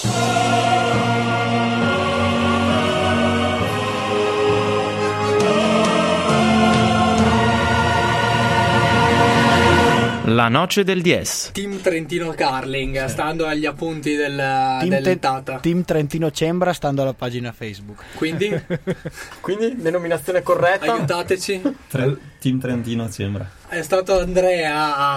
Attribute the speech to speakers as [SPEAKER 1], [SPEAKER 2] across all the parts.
[SPEAKER 1] La noce del DS.
[SPEAKER 2] Team Trentino Curling, stando agli appunti del Tata.
[SPEAKER 3] Team Trentino Cembra, stando alla pagina Facebook.
[SPEAKER 2] Quindi
[SPEAKER 4] denominazione corretta?
[SPEAKER 2] Aiutateci.
[SPEAKER 5] Team Trentino Cembra.
[SPEAKER 2] È stato Andrea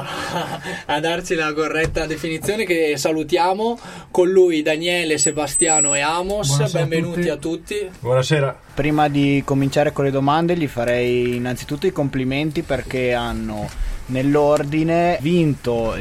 [SPEAKER 2] a darci la corretta definizione, che salutiamo. Con lui Daniele, Sebastiano e Amos.
[SPEAKER 6] Buonasera
[SPEAKER 2] benvenuti a tutti.
[SPEAKER 7] Buonasera.
[SPEAKER 3] Prima di cominciare con le domande gli farei innanzitutto i complimenti, perché hanno nell'ordine vinto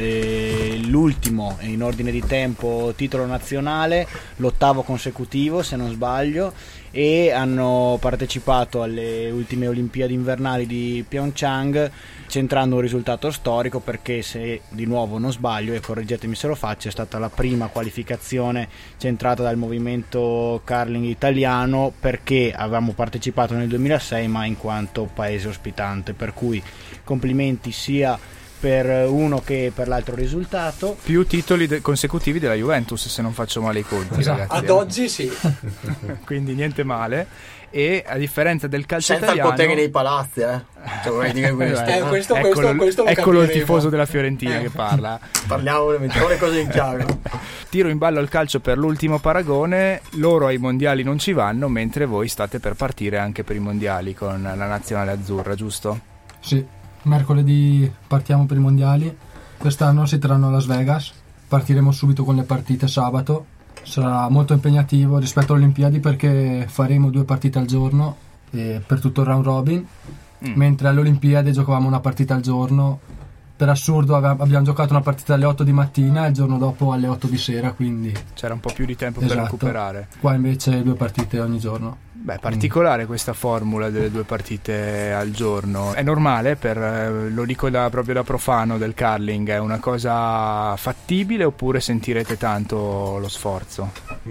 [SPEAKER 3] l'ultimo in ordine di tempo titolo nazionale, l'8º consecutivo se non sbaglio, e hanno partecipato alle ultime Olimpiadi invernali di Pyeongchang centrando un risultato storico, perché se di nuovo non sbaglio, e correggetemi se lo faccio, è stata la prima qualificazione centrata dal movimento curling italiano, perché avevamo partecipato nel 2006 ma in quanto paese ospitante, per cui complimenti sia per uno che per l'altro risultato.
[SPEAKER 8] Più titoli consecutivi della Juventus, se non faccio male i conti, ragazzi.
[SPEAKER 2] Ad oggi sì.
[SPEAKER 8] Quindi niente male. E a differenza del calcio
[SPEAKER 4] senza
[SPEAKER 8] italiano,
[SPEAKER 4] il potere dei palazzi, cioè, vorrei dire questo.
[SPEAKER 2] Questo lo
[SPEAKER 8] eccolo il
[SPEAKER 2] capiremo.
[SPEAKER 8] tifoso della Fiorentina che parla.
[SPEAKER 4] Mettiamo le cose in chiaro.
[SPEAKER 8] Tiro in ballo al calcio per l'ultimo paragone. Loro ai mondiali non ci vanno, mentre voi state per partire anche per i mondiali con la nazionale azzurra, giusto?
[SPEAKER 6] Sì, mercoledì partiamo per i mondiali. Quest'anno si terranno a Las Vegas. Partiremo subito con le partite sabato. Sarà molto impegnativo rispetto alle Olimpiadi, perché faremo 2 partite al giorno per tutto il round robin, mentre alle Olimpiadi giocavamo una partita al giorno. Per assurdo abbiamo giocato una partita alle 8 di mattina e il giorno dopo alle 8 di sera, quindi
[SPEAKER 8] c'era un po' più di tempo per recuperare.
[SPEAKER 6] Qua invece 2 partite ogni giorno.
[SPEAKER 8] Beh, particolare questa formula delle 2 partite al giorno. È normale lo dico proprio da profano del curling, è una cosa fattibile oppure sentirete tanto lo sforzo?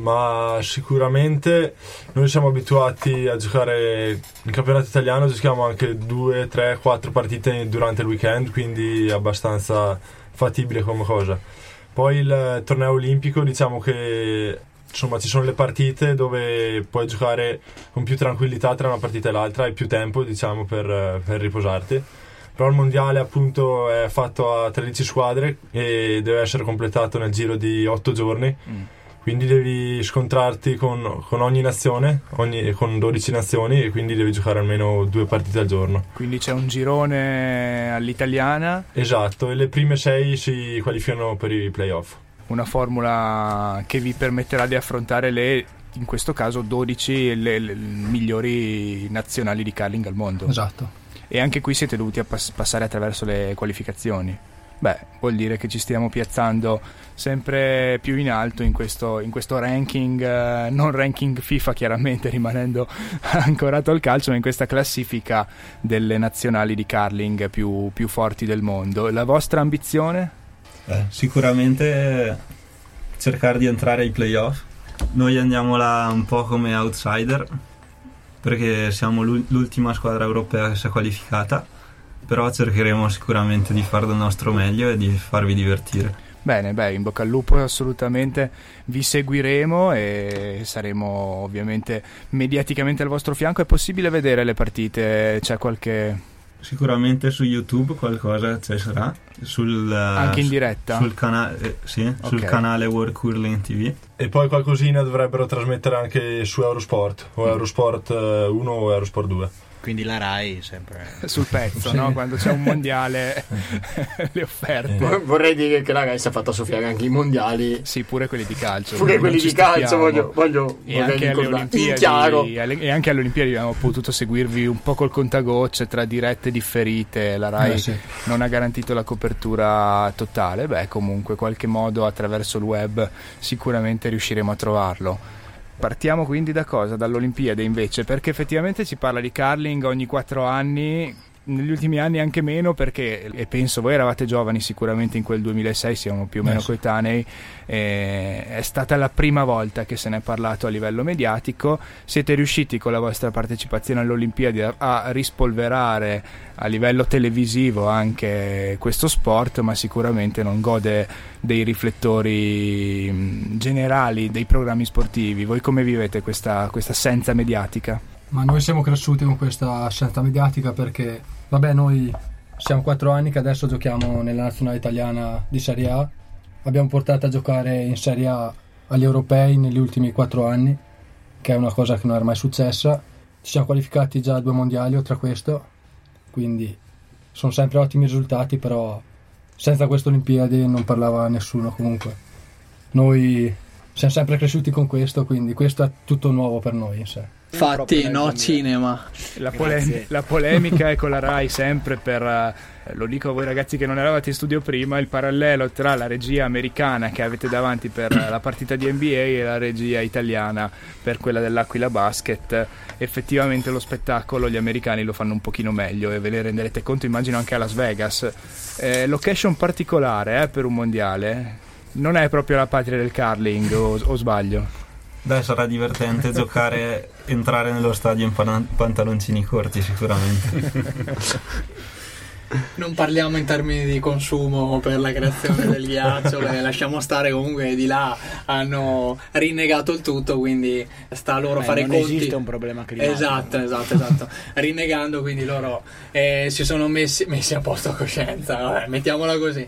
[SPEAKER 7] Ma sicuramente noi siamo abituati a giocare in campionato italiano, giochiamo anche 2, 3, 4 partite durante il weekend, quindi è abbastanza fattibile come cosa. Poi il torneo olimpico, diciamo che insomma ci sono le partite dove puoi giocare con più tranquillità tra una partita e l'altra, hai più tempo, diciamo, per riposarti. Però il mondiale appunto è fatto a 13 squadre e deve essere completato nel giro di 8 giorni, quindi devi scontrarti con ogni nazione, con 12 nazioni, e quindi devi giocare almeno 2 partite al giorno.
[SPEAKER 8] Quindi c'è un girone all'italiana?
[SPEAKER 7] Esatto, e le prime 6 si qualificano per i playoff.
[SPEAKER 8] Una formula che vi permetterà di affrontare in questo caso 12 le migliori nazionali di curling al mondo.
[SPEAKER 6] Esatto.
[SPEAKER 8] E anche qui siete dovuti passare attraverso le qualificazioni. Beh, vuol dire che ci stiamo piazzando sempre più in alto in questo ranking, non ranking FIFA chiaramente, rimanendo ancorato al calcio, ma in questa classifica delle nazionali di curling più forti del mondo. La vostra ambizione?
[SPEAKER 5] Sicuramente cercare di entrare ai playoff. Noi andiamo là un po' come outsider, perché siamo l'ultima squadra europea che si è qualificata, però cercheremo sicuramente di fare del nostro meglio e di farvi divertire.
[SPEAKER 8] Bene, in bocca al lupo, assolutamente vi seguiremo e saremo ovviamente mediaticamente al vostro fianco. È possibile vedere le partite? C'è qualche...
[SPEAKER 5] Sicuramente su YouTube qualcosa ci sarà,
[SPEAKER 8] anche in diretta?
[SPEAKER 5] Sul canale, sì, okay. Sul canale World Curling TV.
[SPEAKER 7] E poi qualcosina dovrebbero trasmettere anche su Eurosport, o Eurosport 1 o Eurosport 2.
[SPEAKER 3] Quindi la Rai sempre
[SPEAKER 8] sul pezzo, sì. No? Quando c'è un mondiale le offerte.
[SPEAKER 4] Vorrei dire che la Rai si è fatta soffiare anche i mondiali.
[SPEAKER 8] Sì, pure quelli di calcio.
[SPEAKER 4] Pure quelli di calcio voglio
[SPEAKER 8] e anche alle Olimpiadi, e anche alle Olimpiadi abbiamo potuto seguirvi un po' col contagocce tra dirette differite. La Rai non ha garantito la copertura totale. Beh, comunque qualche modo attraverso il web sicuramente riusciremo a trovarlo. Partiamo quindi da cosa? Dall'Olimpiade invece, perché effettivamente si parla di curling ogni 4 anni, negli ultimi anni anche meno, perché, e penso voi eravate giovani sicuramente in quel 2006, siamo più o meno coetanei, è stata la prima volta che se ne è parlato a livello mediatico. Siete riusciti con la vostra partecipazione alle Olimpiadi a rispolverare a livello televisivo anche questo sport, ma sicuramente non gode dei riflettori generali dei programmi sportivi. Voi come vivete questa assenza mediatica?
[SPEAKER 6] Ma noi siamo cresciuti con questa assenza mediatica perché, vabbè, noi siamo 4 anni che adesso giochiamo nella nazionale italiana di Serie A, abbiamo portato a giocare in Serie A agli europei negli ultimi 4 anni, che è una cosa che non era mai successa. Ci siamo qualificati già a 2 mondiali oltre a questo, quindi sono sempre ottimi risultati, però senza queste Olimpiadi non parlava nessuno. Comunque noi siamo sempre cresciuti con questo, quindi questo è tutto nuovo per noi in sé.
[SPEAKER 2] Infatti, no cinema.
[SPEAKER 8] La polemica è con la Rai sempre per, lo dico a voi ragazzi che non eravate in studio prima, il parallelo tra la regia americana che avete davanti per la partita di NBA e la regia italiana per quella dell'Aquila Basket. Effettivamente lo spettacolo gli americani lo fanno un pochino meglio e ve ne renderete conto, immagino, anche a Las Vegas. Location particolare per un mondiale, non è proprio la patria del curling, o sbaglio?
[SPEAKER 5] Beh, sarà divertente entrare nello stadio in pantaloncini corti sicuramente.
[SPEAKER 2] Non parliamo in termini di consumo per la creazione del ghiaccio, lasciamo stare, comunque di là hanno rinnegato il tutto, quindi sta a loro fare i conti.
[SPEAKER 3] Non esiste un problema climatico.
[SPEAKER 2] Esatto. Rinnegando, quindi loro si sono messi a posto a coscienza, vabbè, mettiamola così.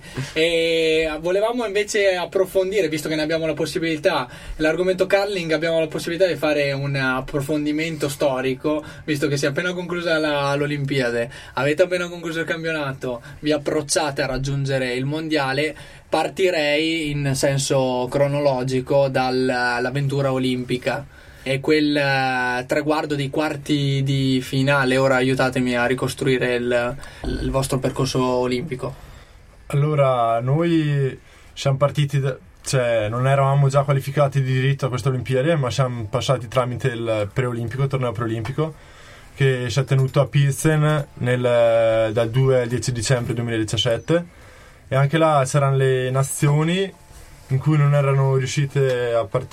[SPEAKER 2] E volevamo invece approfondire, visto che ne abbiamo la possibilità, l'argomento curling, abbiamo la possibilità di fare un approfondimento storico, visto che si è appena conclusa l'Olimpiade, avete appena concluso il campionato, vi approcciate a raggiungere il mondiale. Partirei in senso cronologico dall'avventura olimpica e quel traguardo dei quarti di finale. Ora aiutatemi a ricostruire il vostro percorso olimpico.
[SPEAKER 7] Allora, noi siamo partiti non eravamo già qualificati di diritto a queste Olimpiadi, ma siamo passati tramite il torneo preolimpico, che si è tenuto a Pilsen dal 2 al 10 dicembre 2017, e anche là c'erano le nazioni in cui non erano riuscite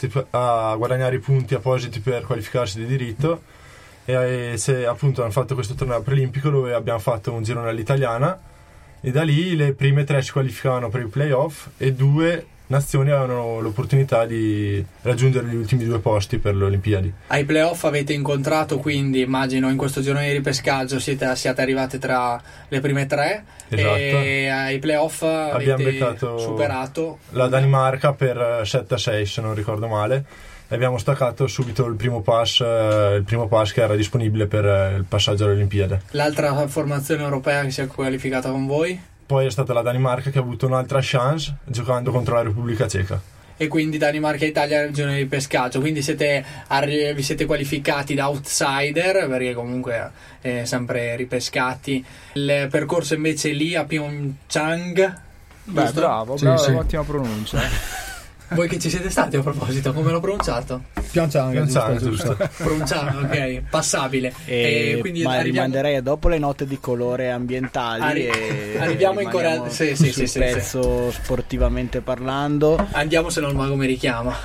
[SPEAKER 7] a guadagnare i punti appositi per qualificarsi di diritto, e se appunto hanno fatto questo torneo preolimpico dove abbiamo fatto un girone all'italiana, e da lì le prime 3 si qualificavano per i playoff e 2 nazioni avevano l'opportunità di raggiungere gli ultimi 2 posti per le Olimpiadi.
[SPEAKER 2] Ai playoff avete incontrato, quindi immagino in questo girone di ripescaggio siate arrivati tra le prime 3.
[SPEAKER 7] Esatto.
[SPEAKER 2] E ai playoff avete superato
[SPEAKER 7] la Danimarca per 7-6 se non ricordo male, e abbiamo staccato subito il primo pass che era disponibile per il passaggio alle Olimpiadi.
[SPEAKER 2] L'altra formazione europea che si è qualificata con voi?
[SPEAKER 7] Poi è stata la Danimarca, che ha avuto un'altra chance giocando contro la Repubblica Ceca.
[SPEAKER 2] E quindi Danimarca e Italia nel girone di pescaggio, quindi vi siete qualificati da outsider, perché comunque sempre ripescati. Il percorso invece lì a Pyeongchang.
[SPEAKER 8] Beh, bravo,
[SPEAKER 6] sì.
[SPEAKER 8] Ottima pronuncia.
[SPEAKER 2] Voi che ci siete stati a proposito, come l'ho pronunciato?
[SPEAKER 7] Pyeongchang, giusto.
[SPEAKER 2] Pronunciato, ok, passabile. Quindi
[SPEAKER 3] ma rimanderei a dopo le note di colore ambientali
[SPEAKER 2] arriviamo in Corea. Sì,
[SPEAKER 3] pezzo sportivamente parlando.
[SPEAKER 2] Andiamo se non il mago mi richiama.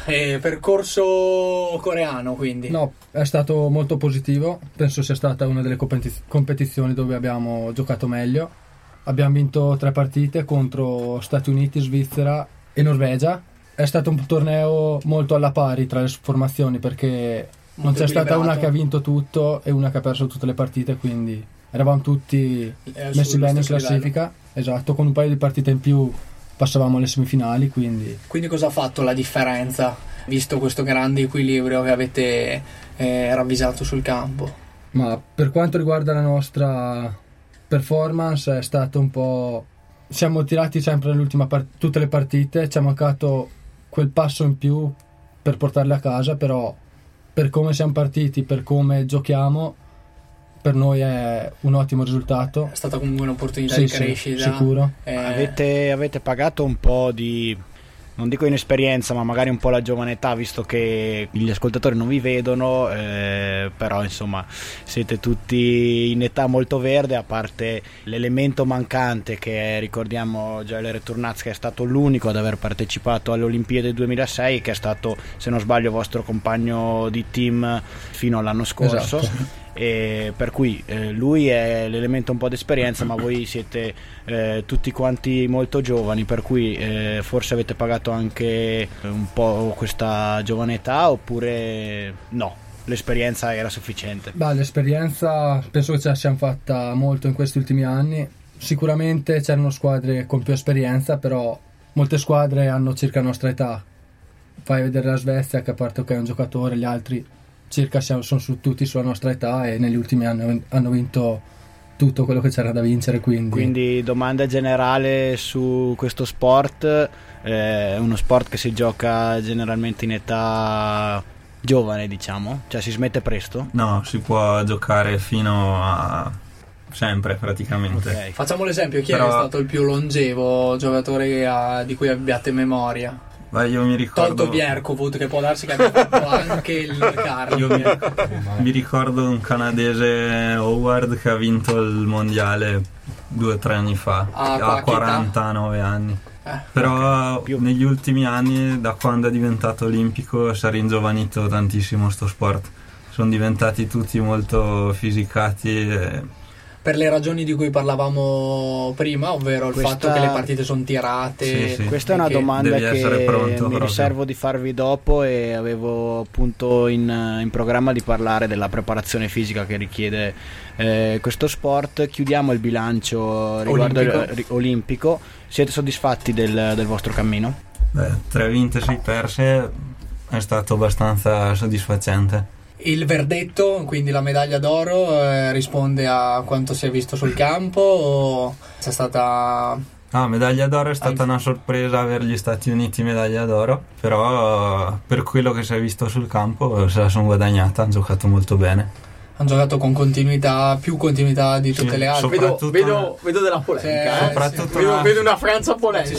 [SPEAKER 2] Percorso coreano, quindi.
[SPEAKER 6] No, è stato molto positivo. Penso sia stata una delle competizioni dove abbiamo giocato meglio. Abbiamo vinto 3 partite contro Stati Uniti, Svizzera e Norvegia. È stato un torneo molto alla pari tra le formazioni, perché non c'è stata una che ha vinto tutto e una che ha perso tutte le partite, quindi eravamo tutti messi bene in classifica livello. Esatto, con un paio di partite in più passavamo alle semifinali, quindi
[SPEAKER 2] cosa ha fatto la differenza, visto questo grande equilibrio che avete ravvisato sul campo?
[SPEAKER 6] Ma per quanto riguarda la nostra performance è stato un po', siamo tirati sempre nell'ultima tutte le partite, ci è mancato quel passo in più per portarle a casa, però per come siamo partiti, per come giochiamo, per noi è un ottimo risultato.
[SPEAKER 2] È stata comunque un'opportunità di crescita.
[SPEAKER 6] Sicuro.
[SPEAKER 3] Avete pagato un po' di non dico inesperienza, ma magari un po' la giovane età, visto che gli ascoltatori non vi vedono, però insomma siete tutti in età molto verde, a parte l'elemento mancante che è, ricordiamo, Gioele Turnaz, che è stato l'unico ad aver partecipato alle Olimpiadi 2006, che è stato, se non sbaglio, vostro compagno di team fino all'anno scorso.
[SPEAKER 6] Esatto.
[SPEAKER 3] E per cui lui è l'elemento un po' d'esperienza, ma voi siete tutti quanti molto giovani, per cui forse avete pagato anche un po' questa giovane età, oppure no, l'esperienza era sufficiente?
[SPEAKER 6] Beh, l'esperienza penso che ce la siamo fatta molto in questi ultimi anni. Sicuramente c'erano squadre con più esperienza, però molte squadre hanno circa la nostra età. Fai vedere la Svezia, che a parte che è un giocatore, gli altri circa sono tutti sulla nostra età, e negli ultimi anni hanno vinto tutto quello che c'era da vincere. Quindi
[SPEAKER 3] domanda generale su questo sport: è uno sport che si gioca generalmente in età giovane, diciamo? Cioè si smette presto?
[SPEAKER 5] No, si può giocare fino a sempre praticamente.
[SPEAKER 2] Okay. Facciamo l'esempio: chi è stato il più longevo giocatore di cui abbiate memoria?
[SPEAKER 5] Io mi ricordo,
[SPEAKER 2] tolto Bjerkhout, che può darsi che abbia fatto anche il Carling.
[SPEAKER 5] Mi ricordo un canadese, Howard, che ha vinto il mondiale 2 o 3 anni fa, a 49 anni. Però negli ultimi anni, da quando è diventato olimpico, si è ringiovanito tantissimo sto sport. Sono diventati tutti molto fisicati
[SPEAKER 2] per le ragioni di cui parlavamo prima, ovvero il fatto che le partite sono tirate.
[SPEAKER 3] Sì. Questa è una domanda che mi riservo di farvi dopo, e avevo appunto in programma di parlare della preparazione fisica che richiede questo sport. Chiudiamo il bilancio riguardo olimpico. Siete soddisfatti del vostro cammino?
[SPEAKER 5] 3 vinte, 6 perse è stato abbastanza soddisfacente.
[SPEAKER 2] Il verdetto, quindi la medaglia d'oro, risponde a quanto si è visto sul campo, o c'è stata...
[SPEAKER 5] medaglia d'oro è stata una sorpresa aver gli Stati Uniti medaglia d'oro, però per quello che si è visto sul campo se la sono guadagnata, hanno giocato molto bene.
[SPEAKER 2] Hanno giocato con continuità, più continuità di tutte le altre.
[SPEAKER 4] Vedo della polemica. Vedo una Francia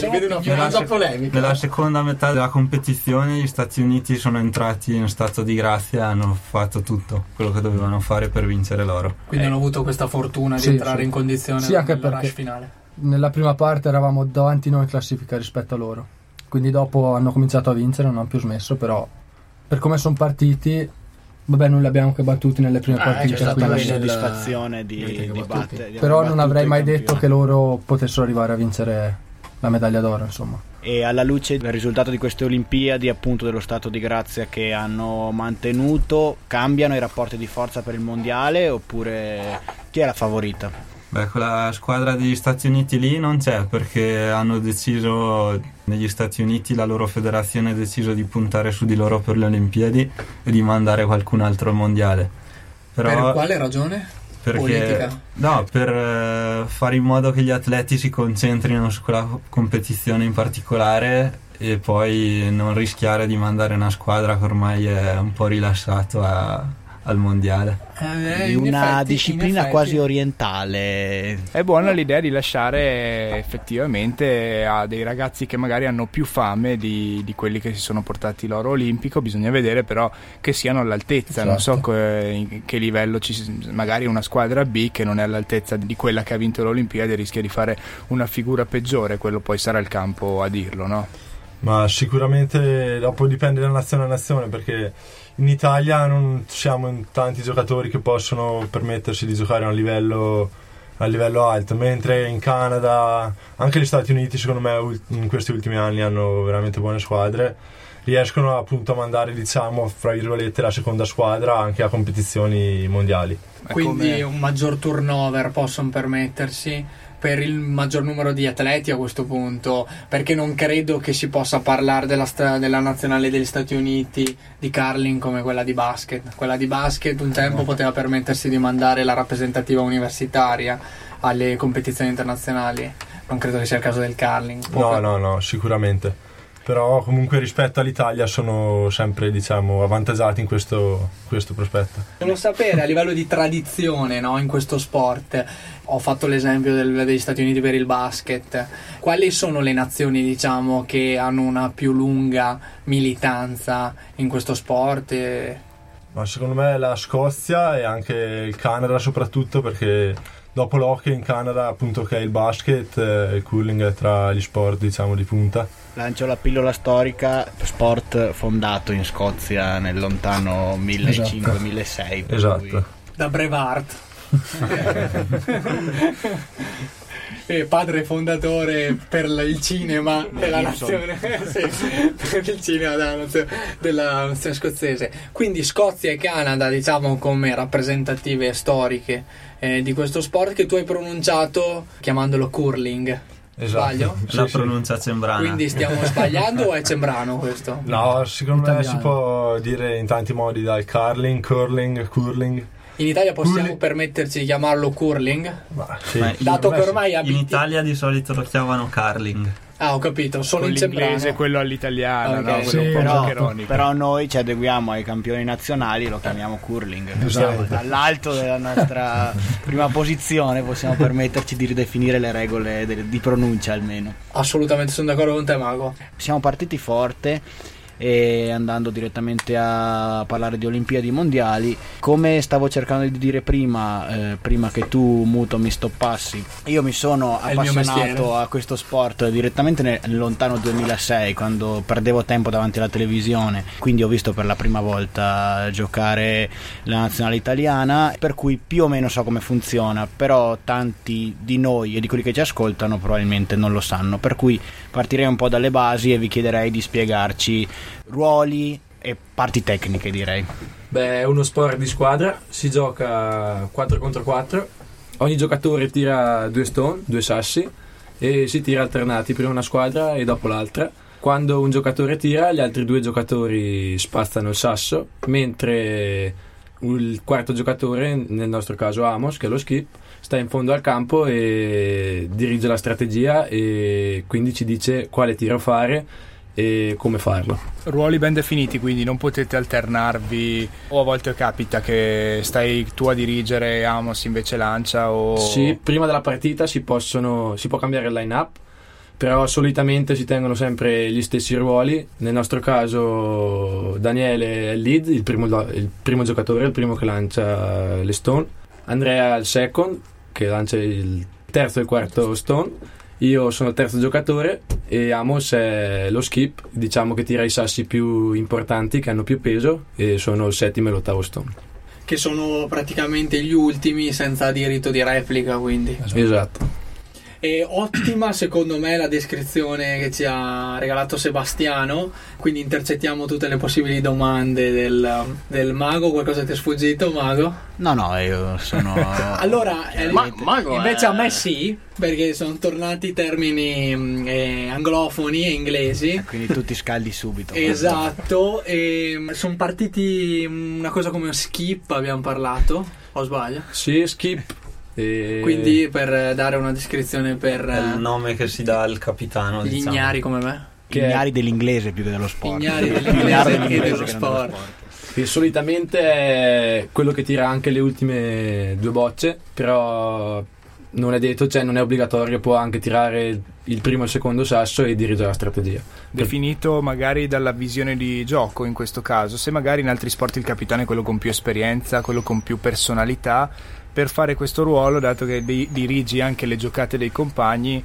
[SPEAKER 4] polemica.
[SPEAKER 5] Nella seconda metà della competizione gli Stati Uniti sono entrati in stato di grazia e hanno fatto tutto quello che dovevano fare per vincere l'oro.
[SPEAKER 2] Quindi hanno avuto questa fortuna di entrare in condizione
[SPEAKER 6] anche
[SPEAKER 2] nella
[SPEAKER 6] perché
[SPEAKER 2] rush finale.
[SPEAKER 6] Nella prima parte eravamo davanti noi in classifica rispetto a loro. Quindi dopo hanno cominciato a vincere, non hanno più smesso, però per come sono partiti... Vabbè, noi li abbiamo anche battuti nelle prime partite.
[SPEAKER 3] C'è stata la soddisfazione di battere.
[SPEAKER 6] Però non avrei mai detto che loro potessero arrivare a vincere la medaglia d'oro, insomma.
[SPEAKER 3] E alla luce del risultato di queste Olimpiadi, appunto dello stato di grazia che hanno mantenuto, cambiano i rapporti di forza per il mondiale, oppure chi è la favorita?
[SPEAKER 5] Quella squadra degli Stati Uniti lì non c'è, perché hanno deciso, negli Stati Uniti la loro federazione ha deciso di puntare su di loro per le Olimpiadi e di mandare qualcun altro al mondiale. Però,
[SPEAKER 2] per quale ragione? Politica?
[SPEAKER 5] No, per fare in modo che gli atleti si concentrino su quella competizione in particolare e poi non rischiare di mandare una squadra che ormai è un po' rilassato al mondiale.
[SPEAKER 3] Di una disciplina quasi orientale.
[SPEAKER 8] È buona l'idea di lasciare effettivamente a dei ragazzi che magari hanno più fame di quelli che si sono portati l'oro olimpico. Bisogna vedere però che siano all'altezza. Non so in che livello magari una squadra B che non è all'altezza di quella che ha vinto l'Olimpiade rischia di fare una figura peggiore. Quello poi sarà il campo a dirlo, no?
[SPEAKER 7] Ma sicuramente dopo dipende da nazione a nazione, perché in Italia non siamo in tanti giocatori che possono permettersi di giocare a un livello alto, mentre in Canada, anche gli Stati Uniti secondo me in questi ultimi anni hanno veramente buone squadre, riescono appunto a mandare, diciamo, fra virgolette, la seconda squadra anche a competizioni mondiali.
[SPEAKER 2] Quindi un maggior turnover possono permettersi per il maggior numero di atleti a questo punto, perché non credo che si possa parlare della nazionale degli Stati Uniti di curling come quella di basket. Quella di basket un tempo poteva permettersi di mandare la rappresentativa universitaria alle competizioni internazionali, non credo che sia il caso del curling.
[SPEAKER 7] No, sicuramente. però comunque rispetto all'Italia sono sempre, diciamo, avvantaggiati in questo prospetto.
[SPEAKER 2] Volevo sapere a livello di tradizione, no, in questo sport, ho fatto l'esempio degli Stati Uniti per il basket, quali sono le nazioni, diciamo, che hanno una più lunga militanza in questo sport?
[SPEAKER 7] Ma secondo me la Scozia e anche il Canada soprattutto, perché dopo l'hockey in Canada, appunto, che è il basket, il curling è tra gli sport, diciamo, di punta.
[SPEAKER 3] Lancio la pillola storica, sport fondato in Scozia nel lontano 1500-1600.
[SPEAKER 7] Esatto.
[SPEAKER 2] Da Brevard. Padre fondatore per il cinema della nazione, per il cinema della nazione scozzese. Quindi Scozia e Canada, diciamo, come rappresentative storiche di questo sport che tu hai pronunciato chiamandolo curling.
[SPEAKER 7] Esatto.
[SPEAKER 2] Sbaglio?
[SPEAKER 5] La pronuncia cembrana.
[SPEAKER 2] Quindi stiamo sbagliando o è cembrano questo?
[SPEAKER 7] No, secondo me
[SPEAKER 6] Italiano.
[SPEAKER 7] si può dire in tanti modi, dal curling, curling.
[SPEAKER 2] In Italia possiamo permetterci di chiamarlo curling?
[SPEAKER 7] Ma sì.
[SPEAKER 2] Dato che ormai
[SPEAKER 5] In
[SPEAKER 2] abiti...
[SPEAKER 5] Italia di solito lo chiamano curling.
[SPEAKER 2] Ah, ho capito, solo
[SPEAKER 8] Con
[SPEAKER 2] in sembrano.
[SPEAKER 8] l'inglese quello all'italiano,
[SPEAKER 2] Ok.
[SPEAKER 8] no?
[SPEAKER 6] Sì,
[SPEAKER 8] Quello un po'
[SPEAKER 3] Però,
[SPEAKER 8] maccheronico.
[SPEAKER 3] però noi ci adeguiamo ai campioni nazionali, lo chiamiamo curling.
[SPEAKER 6] Esatto.
[SPEAKER 3] Dall'alto della nostra prima posizione possiamo permetterci di ridefinire le regole di pronuncia almeno.
[SPEAKER 2] Assolutamente, sono d'accordo con te, Mago.
[SPEAKER 3] Siamo partiti forte e andando direttamente a parlare di Olimpiadi mondiali, come stavo cercando di dire prima che tu, Muto, mi stoppassi, io mi sono
[SPEAKER 2] È il mio mestiere.
[SPEAKER 3] appassionato a questo sport direttamente nel lontano 2006, quando perdevo tempo davanti alla televisione, quindi ho visto per la prima volta giocare la nazionale italiana, per cui più o meno so come funziona, però tanti di noi e di quelli che ci ascoltano probabilmente non lo sanno, per cui partirei un po' dalle basi e vi chiederei di spiegarci ruoli e parti tecniche, direi.
[SPEAKER 9] Beh, è uno sport di squadra, si gioca 4 contro 4, ogni giocatore tira 2 stone, 2 sassi e si tira alternati, prima una squadra e dopo l'altra. Quando un giocatore tira, gli altri 2 giocatori spazzano il sasso, mentre il quarto giocatore, nel nostro caso Amos, che è lo skip, sta in fondo al campo e dirige la strategia e quindi ci dice quale tiro fare e come farlo.
[SPEAKER 8] Ruoli ben definiti, quindi non potete alternarvi, o a volte capita che stai tu a dirigere e Amos invece lancia, o...
[SPEAKER 9] Sì, prima della partita si può cambiare il line-up, però solitamente si tengono sempre gli stessi ruoli. Nel nostro caso Daniele è il lead, il primo giocatore, il primo che lancia le stone, Andrea è il second, che lancia il terzo e il quarto stone, io sono il terzo giocatore e Amos è lo skip, diciamo che tira i sassi più importanti, che hanno più peso, e sono il settimo e l'ottavo stone.
[SPEAKER 2] Che sono praticamente gli ultimi senza diritto di replica, quindi.
[SPEAKER 9] Esatto.
[SPEAKER 2] E ottima secondo me la descrizione che ci ha regalato Sebastiano, quindi intercettiamo tutte le possibili domande del Mago. Qualcosa ti è sfuggito, Mago?
[SPEAKER 3] No, io sono...
[SPEAKER 2] Allora,
[SPEAKER 3] Mago
[SPEAKER 2] invece
[SPEAKER 3] è-
[SPEAKER 2] a me sì, perché sono tornati i termini anglofoni e inglesi.
[SPEAKER 3] Quindi tu ti scaldi subito.
[SPEAKER 2] Esatto, e sono partiti una cosa come skip, abbiamo parlato, o sbaglio?
[SPEAKER 9] Sì, skip.
[SPEAKER 2] Quindi per dare una descrizione per
[SPEAKER 5] È il nome che si dà al capitano,
[SPEAKER 2] gli
[SPEAKER 5] diciamo.
[SPEAKER 2] ignari come me,
[SPEAKER 3] Ignari dell'inglese più che dello sport.
[SPEAKER 2] ignari
[SPEAKER 3] Più
[SPEAKER 2] dell'inglese e
[SPEAKER 3] dell'inglese
[SPEAKER 2] dello
[SPEAKER 3] che
[SPEAKER 2] sport.
[SPEAKER 9] Che solitamente è quello che tira anche le ultime 2 bocce, però non è detto, cioè non è obbligatorio, può anche tirare il primo e il secondo sasso e dirigere la strategia.
[SPEAKER 8] Definito magari dalla visione di gioco in questo caso, se magari in altri sport il capitano è quello con più esperienza, quello con più personalità, per fare questo ruolo, dato che dirigi anche le giocate dei compagni,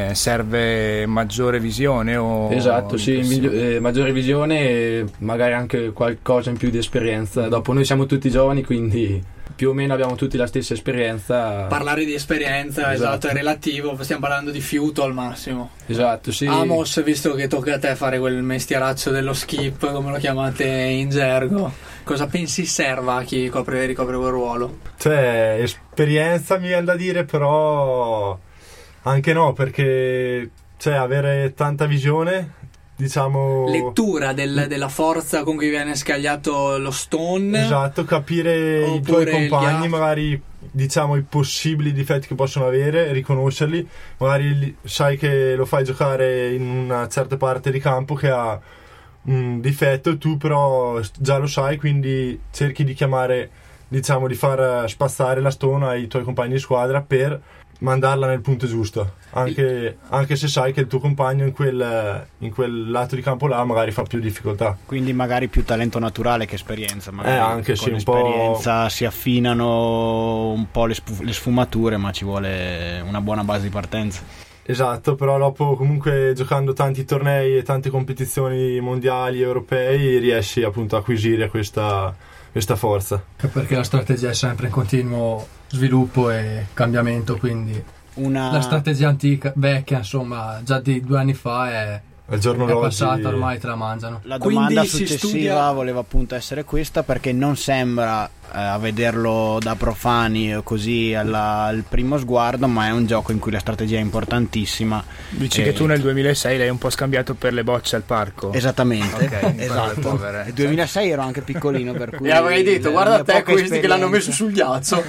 [SPEAKER 8] serve maggiore visione o...
[SPEAKER 9] Esatto, sì, maggiore visione e magari anche qualcosa in più di esperienza. Dopo noi siamo tutti giovani, quindi più o meno abbiamo tutti la stessa esperienza.
[SPEAKER 2] Parlare di esperienza, esatto, è relativo, stiamo parlando di fiuto al massimo.
[SPEAKER 9] Esatto, sì.
[SPEAKER 2] Amos, visto che tocca a te fare quel mestieraccio dello skip, come lo chiamate in gergo, cosa pensi serva a chi ricopre quel ruolo?
[SPEAKER 7] Cioè, esperienza mi viene da dire, però anche no, perché cioè avere tanta visione, diciamo,
[SPEAKER 2] Lettura della forza con cui viene scagliato lo stone.
[SPEAKER 7] esatto, capire i
[SPEAKER 2] Oppure
[SPEAKER 7] tuoi
[SPEAKER 2] il
[SPEAKER 7] compagni,
[SPEAKER 2] ghiaccio.
[SPEAKER 7] magari diciamo i possibili difetti che possono avere, riconoscerli. Magari sai che lo fai giocare in una certa parte di campo che ha un difetto, tu però già lo sai, quindi cerchi di chiamare, diciamo, di far spazzare la stone ai tuoi compagni di squadra per mandarla nel punto giusto, anche se sai che il tuo compagno in quel lato di campo là magari fa più difficoltà.
[SPEAKER 3] Quindi magari più talento naturale che esperienza, magari
[SPEAKER 7] anche
[SPEAKER 3] con
[SPEAKER 7] sì,
[SPEAKER 3] l'esperienza si affinano un po' le sfumature, ma ci vuole una buona base di partenza.
[SPEAKER 7] Esatto, però dopo comunque giocando tanti tornei e tante competizioni mondiali, europei, riesci appunto a acquisire questa forza.
[SPEAKER 6] Perché la strategia è sempre in continuo sviluppo e cambiamento, quindi la strategia antica, vecchia, insomma, già di 2 anni fa è passata, ormai te la mangiano.
[SPEAKER 3] La domanda successiva voleva appunto essere questa, perché non sembra a vederlo da profani così al primo sguardo, ma è un gioco in cui la strategia è importantissima.
[SPEAKER 8] Dici che tu nel 2006 l'hai un po' scambiato per le bocce al parco?
[SPEAKER 3] Esattamente,
[SPEAKER 8] okay,
[SPEAKER 3] esatto. Nel 2006 ero anche piccolino, per cui
[SPEAKER 4] e avrei detto guarda te questi che l'hanno messo sul ghiaccio.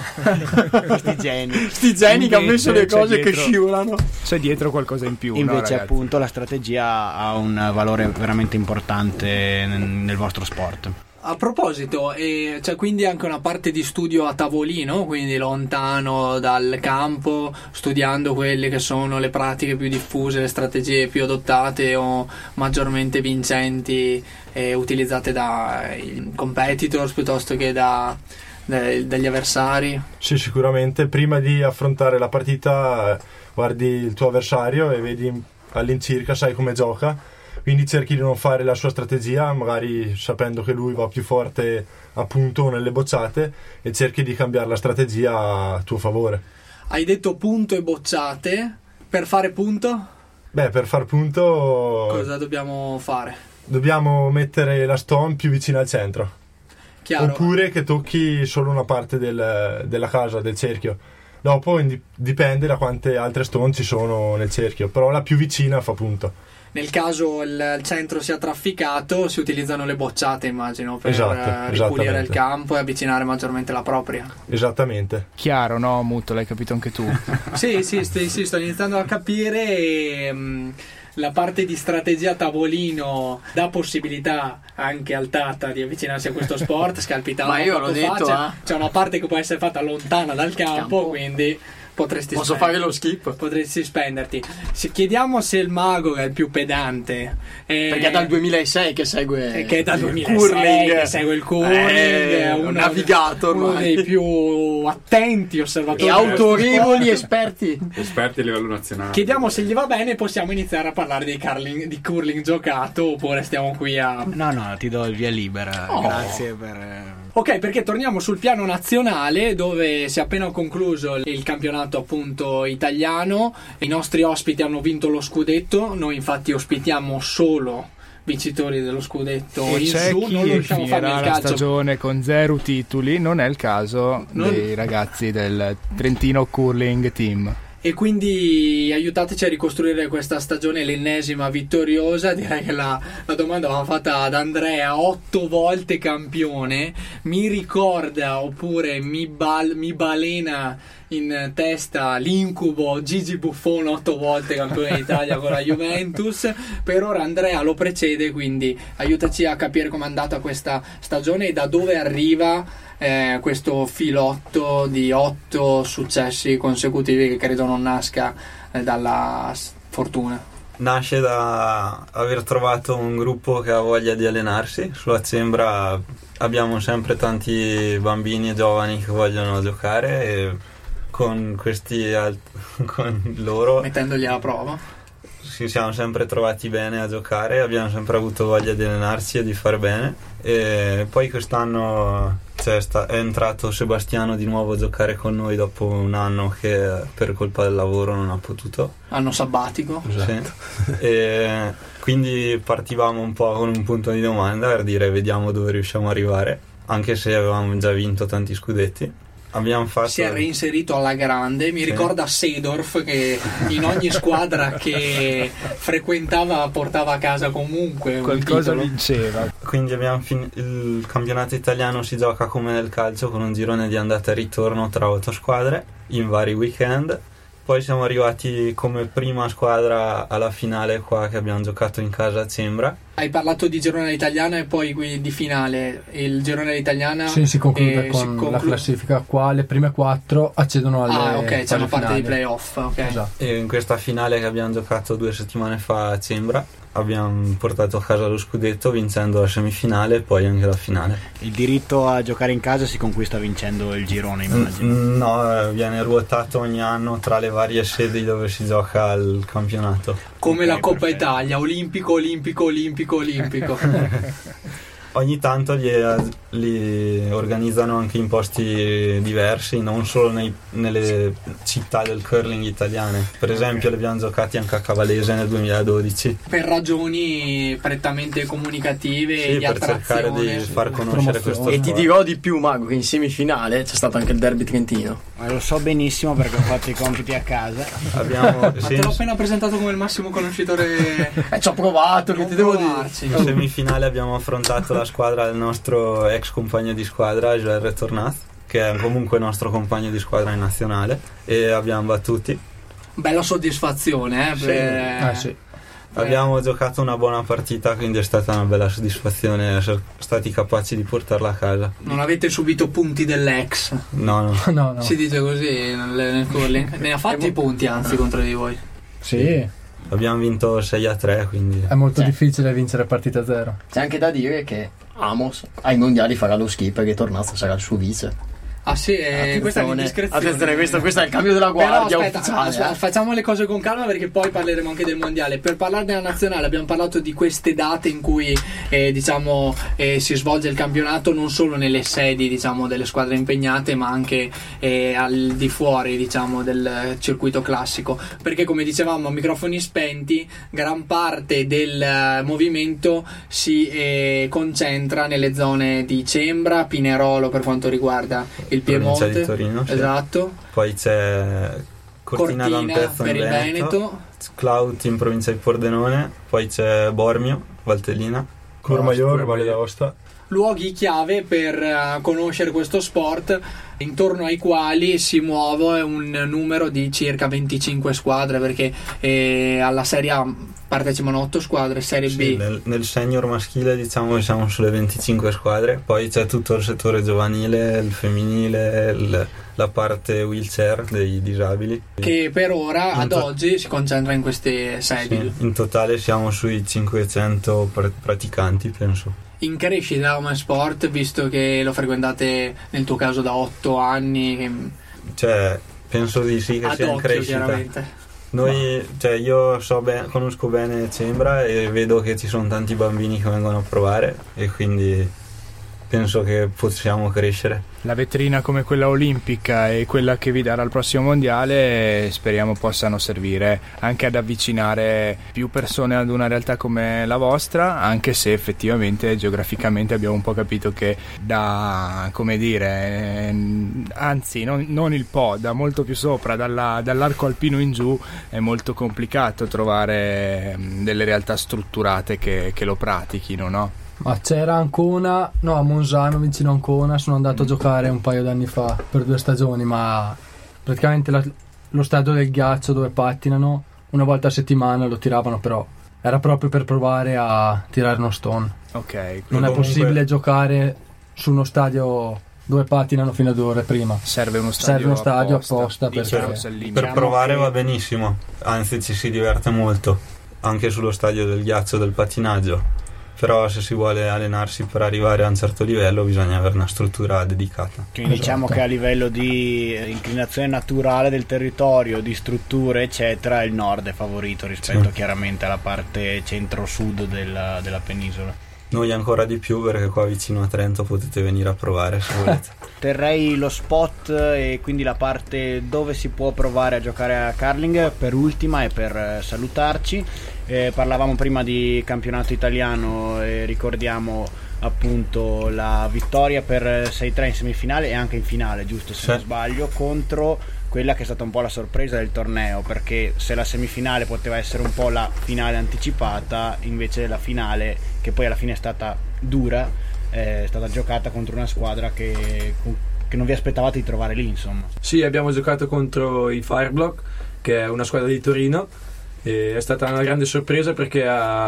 [SPEAKER 4] sti geni che hanno messo le cose dietro, che scivolano.
[SPEAKER 8] C'è dietro qualcosa in più.
[SPEAKER 3] Invece
[SPEAKER 8] no,
[SPEAKER 3] appunto la strategia ha un valore veramente importante nel vostro sport.
[SPEAKER 2] A proposito, c'è quindi anche una parte di studio a tavolino, quindi lontano dal campo, studiando quelle che sono le pratiche più diffuse, le strategie più adottate o maggiormente vincenti utilizzate dai competitors piuttosto che dagli avversari.
[SPEAKER 7] Sì, sicuramente. Prima di affrontare la partita guardi il tuo avversario e vedi all'incirca, sai come gioca. Quindi cerchi di non fare la sua strategia, magari sapendo che lui va più forte a punto nelle bocciate, e cerchi di cambiare la strategia a tuo favore.
[SPEAKER 2] Hai detto punto e bocciate. Per fare punto?
[SPEAKER 7] Beh, per far punto
[SPEAKER 2] cosa dobbiamo fare?
[SPEAKER 7] Dobbiamo mettere la stone più vicina al centro.
[SPEAKER 2] Chiaro.
[SPEAKER 7] Oppure che tocchi solo una parte della casa, del cerchio. Dopo dipende da quante altre stone ci sono nel cerchio, però la più vicina fa punto.
[SPEAKER 2] Nel caso il centro sia trafficato, si utilizzano le bocciate, immagino, per ripulire il campo e avvicinare maggiormente la propria.
[SPEAKER 7] Esattamente.
[SPEAKER 8] Chiaro, no, Mutto, l'hai capito anche tu?
[SPEAKER 2] Sì, sto iniziando a capire. E la parte di strategia a tavolino dà possibilità anche al Tata di avvicinarsi a questo sport, scalpitato.
[SPEAKER 4] Ma io l'ho detto,
[SPEAKER 2] c'è una parte che può essere fatta lontana dal campo. Quindi posso
[SPEAKER 4] fare lo skip.
[SPEAKER 2] Potresti spenderti. Chiediamo se il mago è il più pedante,
[SPEAKER 4] perché è dal 2006 che segue
[SPEAKER 2] curling, che segue il curling, è
[SPEAKER 4] un navigator,
[SPEAKER 2] uno dei più attenti osservatori
[SPEAKER 4] e autorevoli esperti
[SPEAKER 10] a livello nazionale.
[SPEAKER 2] Chiediamo se gli va bene, possiamo iniziare a parlare di curling giocato, oppure stiamo qui a...
[SPEAKER 3] No, ti do il via libera. Grazie per...
[SPEAKER 2] Ok, perché torniamo sul piano nazionale, dove si è appena concluso il campionato appunto italiano. I nostri ospiti hanno vinto lo scudetto, noi infatti ospitiamo solo vincitori dello scudetto
[SPEAKER 8] e
[SPEAKER 2] in
[SPEAKER 8] c'è
[SPEAKER 2] su. Non riusciamo a fare il
[SPEAKER 8] la
[SPEAKER 2] calcio.
[SPEAKER 8] Stagione con 0 titoli, non è il caso dei ragazzi del Trentino Curling Team.
[SPEAKER 2] E quindi aiutateci a ricostruire questa stagione, l'ennesima vittoriosa. Direi che la domanda va fatta ad Andrea, 8 volte campione. Mi ricorda, oppure mi balena in testa l'incubo Gigi Buffon, 8 volte campione d'Italia con la Juventus. Per ora Andrea lo precede, quindi aiutaci a capire com'è andata questa stagione e da dove arriva questo filotto di 8 successi consecutivi, che credo non nasca dalla fortuna.
[SPEAKER 5] Nasce da aver trovato un gruppo che ha voglia di allenarsi. Sulla Zembra abbiamo sempre tanti bambini e giovani che vogliono giocare, e con con loro,
[SPEAKER 2] mettendoli alla prova,
[SPEAKER 5] ci siamo sempre trovati bene a giocare, abbiamo sempre avuto voglia di allenarsi e di fare bene. E poi quest'anno è entrato Sebastiano di nuovo a giocare con noi dopo un anno che per colpa del lavoro non ha potuto.
[SPEAKER 2] Anno sabbatico.
[SPEAKER 5] Esatto. Sì. E quindi partivamo un po' con un punto di domanda per dire vediamo dove riusciamo ad arrivare, anche se avevamo già vinto tanti scudetti.
[SPEAKER 2] si è reinserito alla grande. Mi ricorda Seedorf, che in ogni squadra che frequentava portava a casa comunque
[SPEAKER 8] qualcosa, vinceva.
[SPEAKER 5] Quindi il campionato italiano si gioca come nel calcio, con un girone di andata e ritorno tra 8 squadre in vari weekend. Poi siamo arrivati come prima squadra alla finale qua, che abbiamo giocato in casa a Cembra.
[SPEAKER 2] Hai parlato di girone italiana e poi di finale. Il girone italiana
[SPEAKER 6] si conclude con la classifica qua. Le prime 4 accedono alle
[SPEAKER 2] c'è una parte di playoff. Okay.
[SPEAKER 6] Esatto.
[SPEAKER 5] E in questa finale che abbiamo giocato 2 settimane fa a Cembra abbiamo portato a casa lo scudetto, vincendo la semifinale e poi anche la finale.
[SPEAKER 3] Il diritto a giocare in casa si conquista vincendo il girone, immagino.
[SPEAKER 5] No, viene ruotato ogni anno tra le varie sedi dove si gioca il campionato.
[SPEAKER 2] Come la Coppa Italia, olimpico.
[SPEAKER 5] Ogni tanto li organizzano anche in posti diversi, non solo nelle città del curling italiane. Per esempio li abbiamo giocati anche a Cavalese nel 2012.
[SPEAKER 2] Per ragioni prettamente comunicative e di attrazione.
[SPEAKER 5] Per cercare di far conoscere questo sport.
[SPEAKER 4] E ti dirò di più, Mago, che in semifinale c'è stato anche il derby trentino.
[SPEAKER 3] Ma lo so benissimo perché ho fatto i compiti a casa.
[SPEAKER 2] Te l'ho appena presentato come il massimo conoscitore.
[SPEAKER 4] Ci ho provato, che ti devo dire.
[SPEAKER 5] In semifinale abbiamo affrontato la squadra del nostro ex compagno di squadra, Joel Tornaz, che è comunque nostro compagno di squadra in nazionale, e abbiamo battuti.
[SPEAKER 2] Bella soddisfazione,
[SPEAKER 5] sì. Abbiamo giocato una buona partita, quindi è stata una bella soddisfazione essere stati capaci di portarla a casa.
[SPEAKER 2] Non avete subito punti dell'ex?
[SPEAKER 5] No.
[SPEAKER 2] Si dice così nel curling. Ne ha fatti punti, anzi, contro di voi.
[SPEAKER 6] Sì.
[SPEAKER 5] Abbiamo vinto 6-3, quindi
[SPEAKER 6] è molto difficile vincere partita 0.
[SPEAKER 4] C'è anche da dire che Amos ai mondiali farà lo skipper e Tornazzo sarà il suo vice.
[SPEAKER 2] Ah sì, questa è l'indiscrezione.
[SPEAKER 4] Attenzione, questo è il cambio della guardia.
[SPEAKER 2] Però aspetta, facciamo le cose con calma, perché poi parleremo anche del mondiale. Per parlare della nazionale abbiamo parlato di queste date in cui si svolge il campionato, non solo nelle sedi delle squadre impegnate, ma anche al di fuori del circuito classico, perché come dicevamo a microfoni spenti gran parte del movimento si concentra nelle zone di Cembra, Pinerolo per quanto riguarda il Piemonte,
[SPEAKER 5] di Torino,
[SPEAKER 2] esatto.
[SPEAKER 5] Poi c'è Cortina d'Ampezzo
[SPEAKER 2] per
[SPEAKER 5] in
[SPEAKER 2] il Veneto,
[SPEAKER 5] Clout in provincia di Pordenone, poi c'è Bormio, Valtellina,
[SPEAKER 7] Courmayeur, Valle d'Aosta.
[SPEAKER 2] Luoghi chiave per conoscere questo sport, intorno ai quali si muove un numero di circa 25 squadre, perché alla Serie A partecipano 8 squadre, Serie B.
[SPEAKER 5] Nel senior maschile diciamo che siamo sulle 25 squadre, poi c'è tutto il settore giovanile, il femminile, la parte wheelchair dei disabili. Che
[SPEAKER 2] per ora, ad oggi, si concentra in queste sedi.
[SPEAKER 5] Sì, in totale siamo sui 500 praticanti, penso.
[SPEAKER 2] In crescita come sport, visto che lo frequentate nel tuo caso da 8 anni?
[SPEAKER 5] Cioè, penso di sì che sia in crescita.
[SPEAKER 2] Chiaramente.
[SPEAKER 5] Io conosco bene Cembra e vedo che ci sono tanti bambini che vengono a provare, e quindi penso che possiamo crescere.
[SPEAKER 8] La vetrina come quella olimpica e quella che vi darà il prossimo mondiale speriamo possano servire anche ad avvicinare più persone ad una realtà come la vostra, anche se effettivamente geograficamente abbiamo un po' capito che da molto più sopra, dall'arco alpino in giù, è molto complicato trovare delle realtà strutturate che lo pratichino, no?
[SPEAKER 6] Ma c'era Ancona, a Monzano, vicino a Ancona, sono andato a giocare un paio d'anni fa per 2 stagioni, ma praticamente lo stadio del ghiaccio dove pattinano una volta a settimana lo tiravano, però era proprio per provare a tirare uno stone.
[SPEAKER 8] Ok.
[SPEAKER 6] Non è possibile giocare su uno stadio dove pattinano fino a 2 ore prima.
[SPEAKER 8] Serve uno stadio apposta
[SPEAKER 5] per provare va benissimo, anzi ci si diverte molto anche sullo stadio del ghiaccio del pattinaggio. Però se si vuole allenarsi per arrivare a un certo livello bisogna avere una struttura dedicata.
[SPEAKER 3] Quindi diciamo che a livello di inclinazione naturale del territorio, di strutture eccetera, il nord è favorito rispetto chiaramente alla parte centro-sud della penisola.
[SPEAKER 5] Noi ancora di più, perché qua vicino a Trento potete venire a provare se volete.
[SPEAKER 3] Terrei lo spot e quindi la parte dove si può provare a giocare a curling per ultima e per salutarci. Parlavamo prima di campionato italiano e ricordiamo appunto la vittoria per 6-3 in semifinale e anche in finale, giusto se non sbaglio, contro quella che è stata un po' la sorpresa del torneo, perché se la semifinale poteva essere un po' la finale anticipata, invece la finale, che poi alla fine è stata dura, è stata giocata contro una squadra che non vi aspettavate di trovare lì, insomma.
[SPEAKER 9] Sì, abbiamo giocato contro i Fireblock, che è una squadra di Torino, e è stata una grande sorpresa perché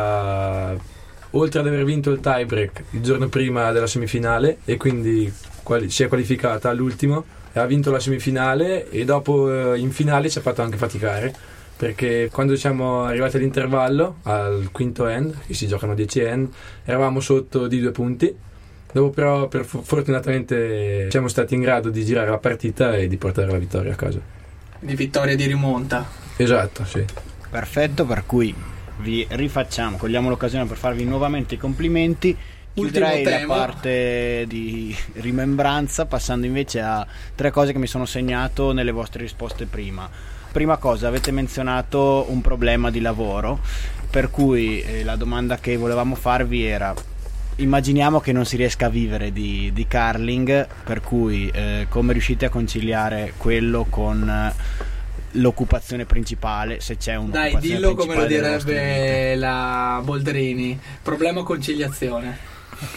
[SPEAKER 9] oltre ad aver vinto il tiebreak il giorno prima della semifinale e quindi si è qualificata all'ultimo, ha vinto la semifinale e dopo in finale ci ha fatto anche faticare, perché quando siamo arrivati all'intervallo, al quinto end, che si giocano 10 end, eravamo sotto di 2 punti. Dopo però fortunatamente siamo stati in grado di girare la partita e di portare la vittoria a casa.
[SPEAKER 2] Di vittoria di rimonta.
[SPEAKER 9] Esatto, sì.
[SPEAKER 3] Perfetto, per cui vi rifacciamo, cogliamo l'occasione per farvi nuovamente i complimenti. Chiuderei la parte di rimembranza passando invece a 3 cose che mi sono segnato nelle vostre risposte prima. Prima cosa, avete menzionato un problema di lavoro, per cui la domanda che volevamo farvi era: immaginiamo che non si riesca a vivere di curling, per cui come riuscite a conciliare quello con l'occupazione principale, se c'è un'occupazione
[SPEAKER 2] principale? Dai, dillo come lo
[SPEAKER 3] principale
[SPEAKER 2] direbbe la Boldrini: problema conciliazione.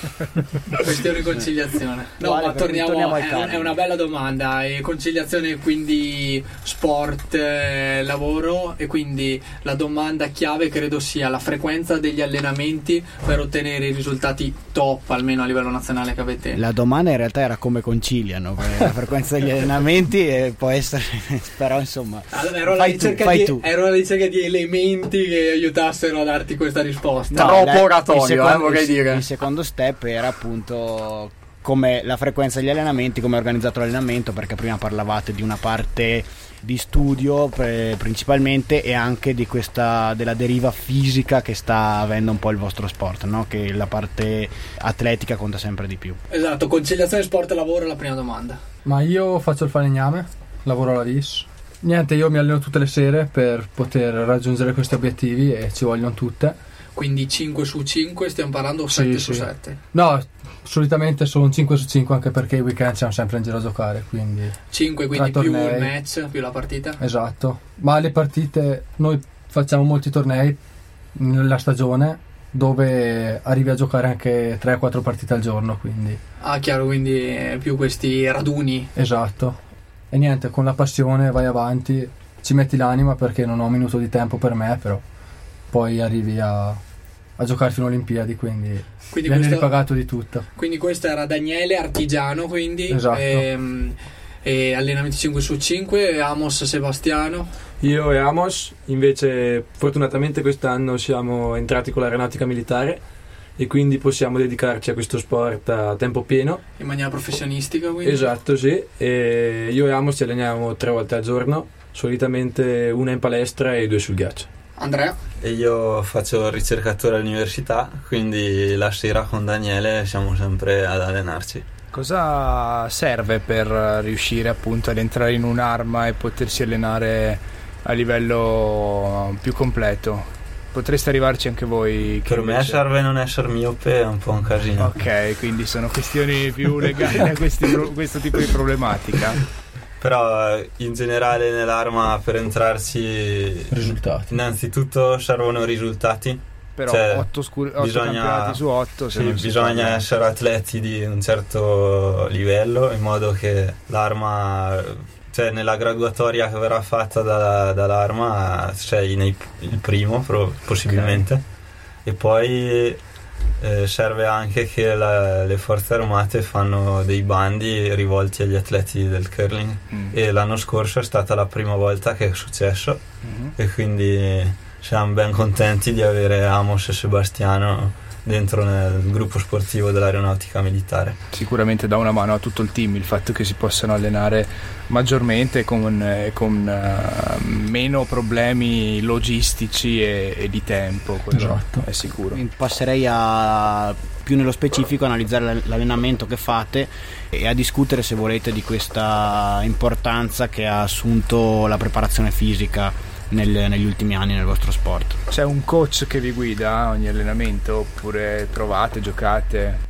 [SPEAKER 2] Questione conciliazione. No, ma torniamo è una bella domanda. E conciliazione, quindi sport, lavoro, e quindi la domanda chiave credo sia la frequenza degli allenamenti per ottenere i risultati top, almeno a livello nazionale, che avete.
[SPEAKER 3] La domanda in realtà era come conciliano la frequenza degli allenamenti, e può essere, però insomma,
[SPEAKER 2] ero alla ricerca di elementi che aiutassero a darti questa risposta.
[SPEAKER 4] Troppo oratorio, vorrei dire.
[SPEAKER 3] Il secondo step era appunto come la frequenza degli allenamenti, come è organizzato l'allenamento, perché prima parlavate di una parte di studio principalmente, e anche di questa della deriva fisica che sta avendo un po' il vostro sport, no? Che la parte atletica conta sempre di più.
[SPEAKER 2] Esatto, conciliazione sport e lavoro è la prima domanda.
[SPEAKER 6] Ma io faccio il falegname, lavoro alla VIS. Niente, io mi alleno tutte le sere per poter raggiungere questi obiettivi e ci vogliono tutte.
[SPEAKER 2] Quindi 5 su 5 stiamo parlando, o 7 su 7?
[SPEAKER 6] No, solitamente sono un 5 su 5, anche perché i weekend siamo sempre in giro a giocare, quindi
[SPEAKER 2] 5, quindi più il match, più la partita?
[SPEAKER 6] Esatto, ma le partite, noi facciamo molti tornei nella stagione dove arrivi a giocare anche 3-4 partite al giorno, quindi.
[SPEAKER 2] Ah, chiaro, quindi più questi raduni.
[SPEAKER 6] Esatto, e niente, con la passione vai avanti, ci metti l'anima, perché non ho un minuto di tempo per me, però poi arrivi a giocare fino alle Olimpiadi, quindi viene ripagato di tutto.
[SPEAKER 2] Quindi questo era Daniele, artigiano, quindi.
[SPEAKER 6] Esatto.
[SPEAKER 2] E allenamenti 5 su 5. Amos, Sebastiano.
[SPEAKER 9] Io e Amos invece fortunatamente quest'anno siamo entrati con l'aeronautica militare e quindi possiamo dedicarci a questo sport a tempo pieno.
[SPEAKER 2] In maniera professionistica, quindi?
[SPEAKER 9] Esatto, sì. E io e Amos ci alleniamo 3 volte al giorno, solitamente 1 in palestra e 2 sul ghiaccio.
[SPEAKER 2] Andrea?
[SPEAKER 5] E io faccio il ricercatore all'università, quindi la sera con Daniele siamo sempre ad allenarci.
[SPEAKER 8] Cosa serve per riuscire appunto ad entrare in un'arma e potersi allenare a livello più completo? Potreste arrivarci anche voi?
[SPEAKER 5] Per me serve non essere miope, è un po' un casino.
[SPEAKER 8] Ok, quindi sono questioni più legate a questo tipo di problematica.
[SPEAKER 5] Però in generale nell'arma per entrarci
[SPEAKER 6] risultati.
[SPEAKER 5] Innanzitutto servono risultati.
[SPEAKER 8] Però 8 campionati su 8
[SPEAKER 5] bisogna essere atleti di un certo livello, in modo che l'arma, cioè nella graduatoria che verrà fatta dall'arma sei il primo possibilmente. Okay. E poi serve anche che le forze armate fanno dei bandi rivolti agli atleti del curling, e l'anno scorso è stata la prima volta che è successo, e quindi siamo ben contenti di avere Amos e Sebastiano dentro nel gruppo sportivo dell'aeronautica militare.
[SPEAKER 8] Sicuramente dà una mano a tutto il team il fatto che si possano allenare maggiormente con meno problemi logistici e di tempo,
[SPEAKER 6] esatto.
[SPEAKER 8] È sicuro.
[SPEAKER 3] Passerei a più nello specifico analizzare l'allenamento che fate e a discutere, se volete, di questa importanza che ha assunto la preparazione fisica negli ultimi anni nel vostro sport.
[SPEAKER 8] C'è un coach che vi guida ogni allenamento, oppure provate, giocate?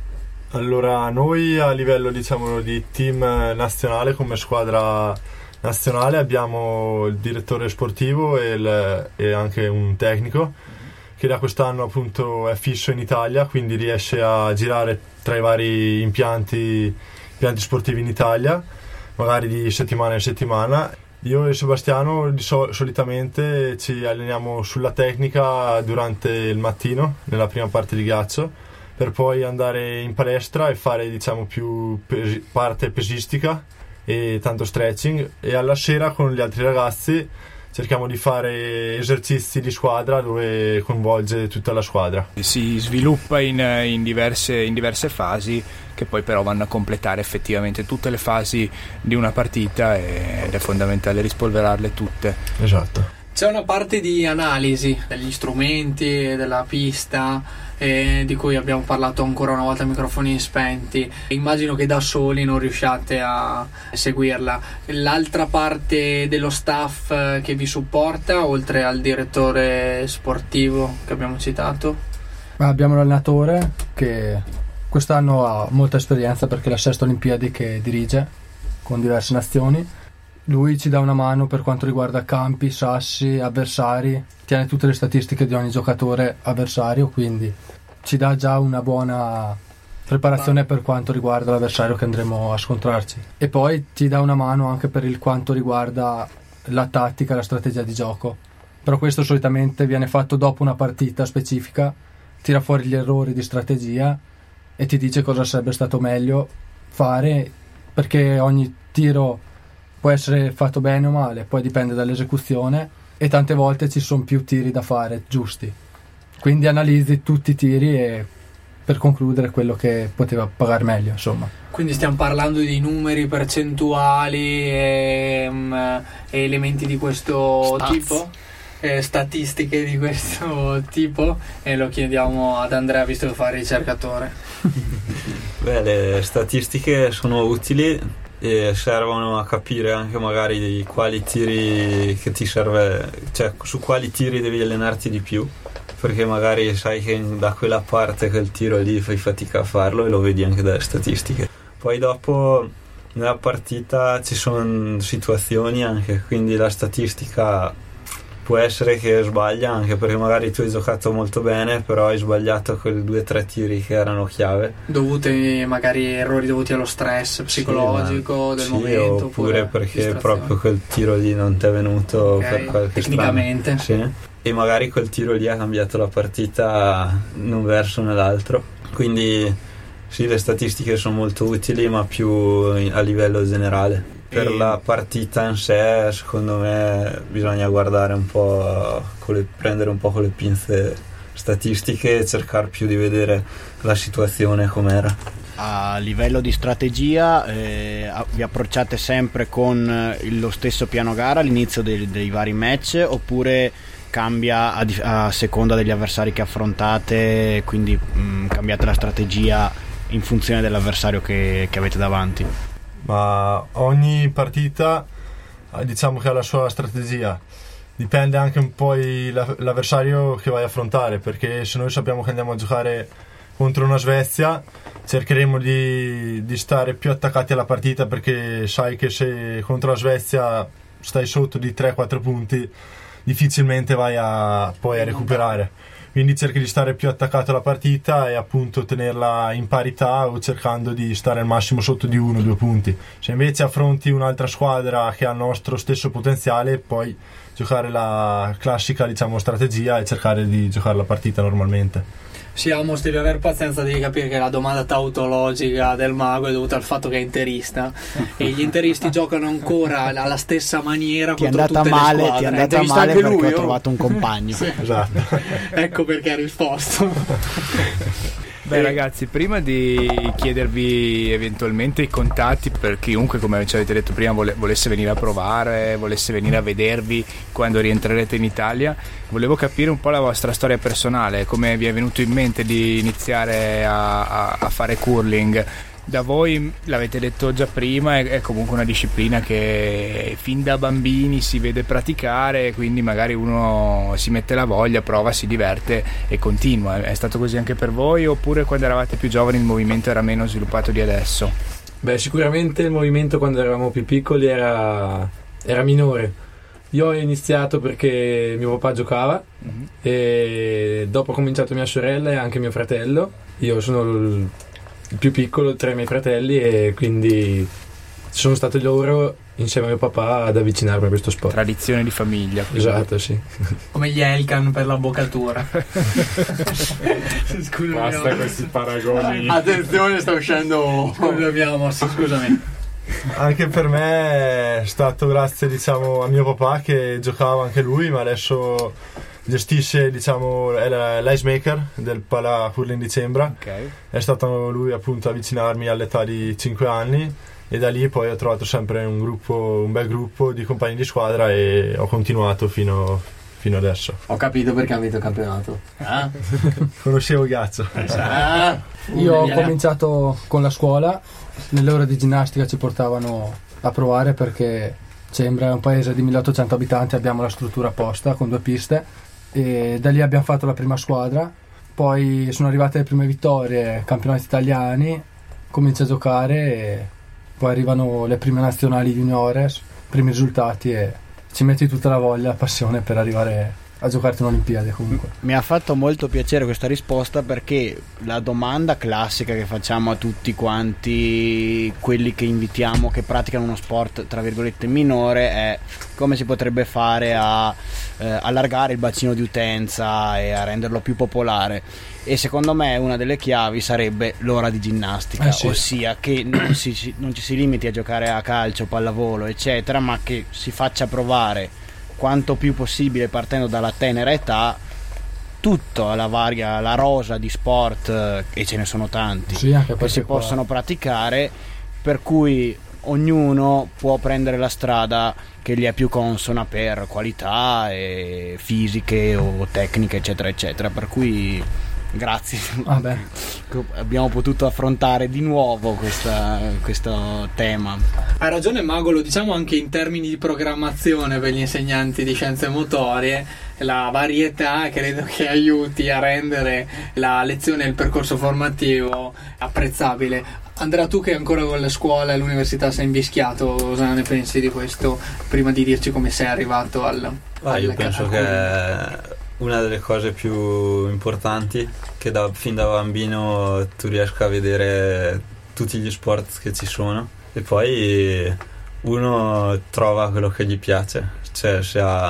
[SPEAKER 7] Allora, noi a livello diciamo di team nazionale, come squadra nazionale, abbiamo il direttore sportivo e anche un tecnico che da quest'anno appunto è fisso in Italia, quindi riesce a girare tra i vari impianti sportivi in Italia, magari di settimana in settimana. Io e Sebastiano solitamente ci alleniamo sulla tecnica durante il mattino, nella prima parte di ghiaccio, per poi andare in palestra e fare diciamo più parte pesistica e tanto stretching, e alla sera con gli altri ragazzi cerchiamo di fare esercizi di squadra dove coinvolge tutta la squadra.
[SPEAKER 8] Si sviluppa in diverse fasi, che poi però vanno a completare effettivamente tutte le fasi di una partita, ed è fondamentale rispolverarle tutte.
[SPEAKER 7] Esatto.
[SPEAKER 2] C'è una parte di analisi degli strumenti, della pista, di cui abbiamo parlato ancora una volta a microfoni spenti. Immagino che da soli non riusciate a seguirla. L'altra parte dello staff che vi supporta, oltre al direttore sportivo che abbiamo citato?
[SPEAKER 6] Abbiamo l'allenatore che quest'anno ha molta esperienza perché è la sesta Olimpiadi che dirige con diverse nazioni. Lui ci dà una mano per quanto riguarda campi, sassi, avversari, tiene tutte le statistiche di ogni giocatore avversario, quindi ci dà già una buona preparazione per quanto riguarda l'avversario che andremo a scontrarci. E poi ti dà una mano anche per il quanto riguarda la tattica, la strategia di gioco. Però questo solitamente viene fatto dopo una partita specifica, tira fuori gli errori di strategia e ti dice cosa sarebbe stato meglio fare, perché ogni tiro può essere fatto bene o male, poi dipende dall'esecuzione, e tante volte ci sono più tiri da fare giusti, quindi analizzi tutti i tiri e per concludere quello che poteva pagare meglio, insomma.
[SPEAKER 2] Quindi stiamo parlando di numeri, percentuali e elementi di questo tipo, statistiche di questo tipo, e lo chiediamo ad Andrea visto che fa il ricercatore.
[SPEAKER 5] Beh, le statistiche sono utili e servono a capire anche magari quali tiri che ti serve, cioè su quali tiri devi allenarti di più, perché magari sai che da quella parte quel tiro lì fai fatica a farlo e lo vedi anche dalle statistiche. Poi dopo nella partita ci sono situazioni anche, quindi la statistica può essere che sbaglia, anche perché magari tu hai giocato molto bene però hai sbagliato quei 2 o 3 tiri che erano chiave,
[SPEAKER 2] dovute magari errori dovuti allo stress psicologico del momento,
[SPEAKER 5] oppure perché proprio quel tiro lì non ti è venuto per qualche
[SPEAKER 2] tecnicamente
[SPEAKER 5] sì. E magari quel tiro lì ha cambiato la partita in un verso o nell'altro, quindi sì, le statistiche sono molto utili, ma più a livello generale. Per la partita in sé, secondo me, bisogna guardare un po', prendere un po' con le pinze statistiche e cercare più di vedere la situazione com'era.
[SPEAKER 3] A livello di strategia, vi approcciate sempre con lo stesso piano gara all'inizio dei vari match, oppure cambia a seconda degli avversari che affrontate, quindi cambiate la strategia in funzione dell'avversario che avete davanti?
[SPEAKER 7] Ma ogni partita diciamo che ha la sua strategia, dipende anche un po' l'avversario che vai a affrontare, perché se noi sappiamo che andiamo a giocare contro una Svezia cercheremo di stare più attaccati alla partita, perché sai che se contro la Svezia stai sotto di 3-4 punti difficilmente vai poi a recuperare, quindi cerchi di stare più attaccato alla partita e appunto tenerla in parità o cercando di stare al massimo sotto di 1 o 2 punti. Se invece affronti un'altra squadra che ha il nostro stesso potenziale, puoi giocare la classica diciamo strategia e cercare di giocare la partita normalmente.
[SPEAKER 2] Sì, Amos, devi avere pazienza, devi capire che la domanda tautologica del mago è dovuta al fatto che è interista e gli interisti giocano ancora alla stessa maniera contro tutte le squadre.
[SPEAKER 3] Ti è andata male perché ho trovato un compagno.
[SPEAKER 2] Sì.
[SPEAKER 7] Esatto.
[SPEAKER 2] Ecco perché ha risposto.
[SPEAKER 8] Beh ragazzi, prima di chiedervi eventualmente i contatti per chiunque, come ci avete detto prima, volesse venire a provare, volesse venire a vedervi quando rientrerete in Italia, volevo capire un po' la vostra storia personale, come vi è venuto in mente di iniziare a fare curling, da voi l'avete detto già prima, è comunque una disciplina che fin da bambini si vede praticare, quindi magari uno si mette la voglia, prova, si diverte e continua. È stato così anche per voi, oppure quando eravate più giovani il movimento era meno sviluppato di adesso?
[SPEAKER 9] Beh, sicuramente il movimento quando eravamo più piccoli era minore. Io ho iniziato perché mio papà giocava e dopo ha cominciato mia sorella e anche mio fratello. Io sono il più piccolo tra i miei fratelli e quindi sono stato loro insieme a mio papà ad avvicinarmi a questo sport.
[SPEAKER 8] Tradizione di famiglia. Quindi.
[SPEAKER 9] Esatto, sì.
[SPEAKER 2] Come gli Elkan per l'avvocatura. Scusami.
[SPEAKER 7] Basta questi paragoni.
[SPEAKER 4] Attenzione, sta uscendo.
[SPEAKER 2] Scusami.
[SPEAKER 7] Anche per me è stato grazie, diciamo, a mio papà, che giocava anche lui, ma adesso gestisce, diciamo, è l'ice maker del Pala Curling di Cembra.
[SPEAKER 8] Okay.
[SPEAKER 7] È stato lui appunto a avvicinarmi all'età di 5 anni e da lì poi ho trovato sempre un bel gruppo di compagni di squadra e ho continuato fino adesso.
[SPEAKER 4] Ho capito perché ha vinto il campionato.
[SPEAKER 7] Conoscevo Ghiaccio.
[SPEAKER 6] Io ho cominciato con la scuola, nelle ore di ginnastica ci portavano a provare perché Cembra è un paese di 1800 abitanti, abbiamo la struttura apposta con 2 piste e da lì abbiamo fatto la prima squadra, poi sono arrivate le prime vittorie, campionati italiani, cominci a giocare e poi arrivano le prime nazionali juniores, primi risultati e ci metti tutta la voglia, la passione per arrivare a giocarti un'Olimpiade. Comunque
[SPEAKER 3] mi ha fatto molto piacere questa risposta, perché la domanda classica che facciamo a tutti quanti quelli che invitiamo che praticano uno sport tra virgolette minore è come si potrebbe fare a allargare il bacino di utenza e a renderlo più popolare, e secondo me una delle chiavi sarebbe l'ora di ginnastica,
[SPEAKER 6] sì.
[SPEAKER 3] ossia che non ci si limiti a giocare a calcio, pallavolo eccetera, ma che si faccia provare quanto più possibile, partendo dalla tenera età, tutta la rosa di sport, e ce ne sono tanti,
[SPEAKER 6] sì, anche
[SPEAKER 3] che si possono praticare, per cui ognuno può prendere la strada che gli è più consona per qualità fisiche o tecniche eccetera eccetera, per cui grazie. Abbiamo potuto affrontare di nuovo questo tema.
[SPEAKER 2] Hai ragione Mago, lo diciamo anche in termini di programmazione per gli insegnanti di scienze motorie, la varietà credo che aiuti a rendere la lezione e il percorso formativo apprezzabile. Andrea, tu che ancora con la scuola e l'università sei invischiato, cosa ne pensi di questo, prima di dirci come sei arrivato
[SPEAKER 5] io penso che una delle cose più importanti che fin da bambino tu riesca a vedere tutti gli sport che ci sono e poi uno trova quello che gli piace, cioè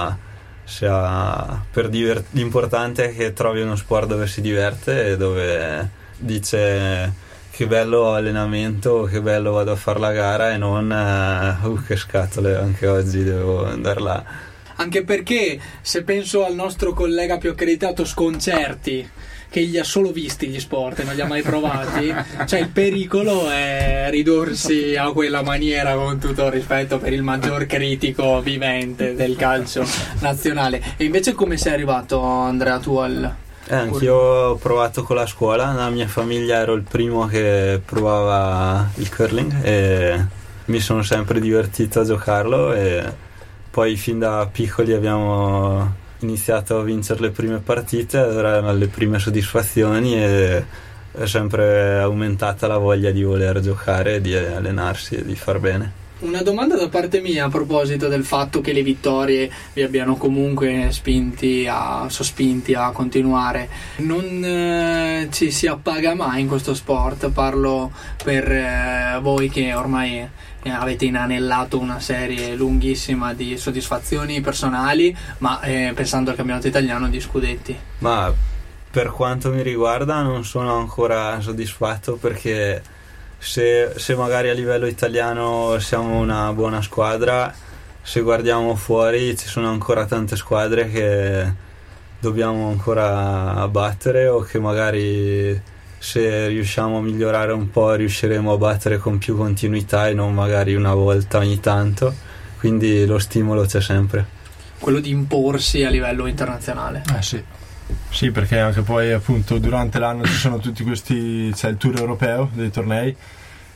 [SPEAKER 5] l'importante è che trovi uno sport dove si diverte e dove dice che bello allenamento, che bello vado a fare la gara, e non che scatole, anche oggi devo andare là.
[SPEAKER 2] Anche perché se penso al nostro collega più accreditato Sconcerti, che li ha solo visti gli sport e non li ha mai provati, cioè il pericolo è ridursi a quella maniera, con tutto il rispetto per il maggior critico vivente del calcio nazionale. E invece come sei arrivato, Andrea, tu al...
[SPEAKER 5] Anch'io ho provato con la scuola, nella mia famiglia ero il primo che provava il curling e mi sono sempre divertito a giocarlo, e poi fin da piccoli abbiamo iniziato a vincere le prime partite, allora erano le prime soddisfazioni e è sempre aumentata la voglia di voler giocare, di allenarsi e di far bene.
[SPEAKER 2] Una domanda da parte mia a proposito del fatto che le vittorie vi abbiano comunque sospinti a continuare. Non ci si appaga mai in questo sport? Parlo per voi che ormai avete inanellato una serie lunghissima di soddisfazioni personali, ma pensando al campionato italiano, di scudetti.
[SPEAKER 5] Ma per quanto mi riguarda non sono ancora soddisfatto, perché se magari a livello italiano siamo una buona squadra, se guardiamo fuori ci sono ancora tante squadre che dobbiamo ancora battere, o che magari se riusciamo a migliorare un po' riusciremo a battere con più continuità e non magari una volta ogni tanto, quindi lo stimolo c'è sempre,
[SPEAKER 2] quello di imporsi a livello internazionale.
[SPEAKER 7] Sì, perché anche poi appunto durante l'anno ci sono tutti questi, c'è il tour europeo dei tornei,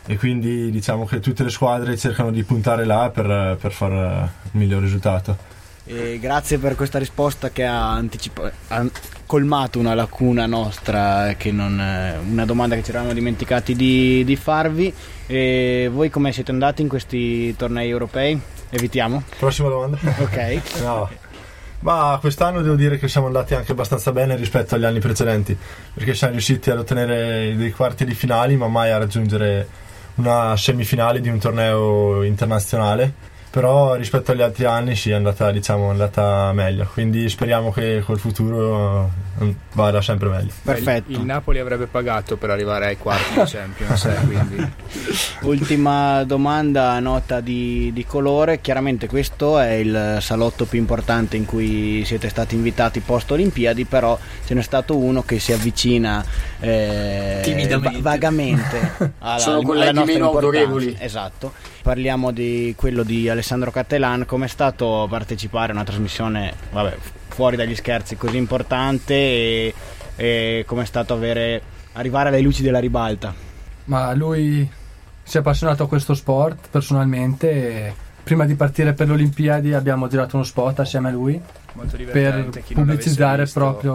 [SPEAKER 7] e quindi diciamo che tutte le squadre cercano di puntare là per fare il miglior risultato.
[SPEAKER 3] E grazie per questa risposta che ha colmato una lacuna nostra, una domanda che ci eravamo dimenticati di farvi. E voi come siete andati in questi tornei europei? Evitiamo?
[SPEAKER 7] Prossima domanda.
[SPEAKER 3] Ok.
[SPEAKER 7] No. Ma quest'anno devo dire che siamo andati anche abbastanza bene rispetto agli anni precedenti, perché siamo riusciti ad ottenere dei quarti di finali ma mai a raggiungere una semifinale di un torneo internazionale. Però rispetto agli altri anni sì, è andata meglio, quindi speriamo che col futuro vada sempre meglio.
[SPEAKER 3] Perfetto.
[SPEAKER 8] Il Napoli avrebbe pagato per arrivare ai quarti di Champions, quindi.
[SPEAKER 3] Ultima domanda, nota di colore. Chiaramente questo è il salotto più importante in cui siete stati invitati post Olimpiadi, però ce n'è stato uno che si avvicina
[SPEAKER 4] timidamente,
[SPEAKER 3] vagamente
[SPEAKER 4] sono colleghi meno autorevoli.
[SPEAKER 3] Esatto. Parliamo di quello di Alessandro Cattelan. Com'è stato partecipare a una trasmissione, fuori dagli scherzi, così importante, e com'è stato arrivare alle luci della ribalta?
[SPEAKER 6] Ma lui si è appassionato a questo sport personalmente, e prima di partire per le Olimpiadi abbiamo girato uno spot assieme a lui per pubblicizzare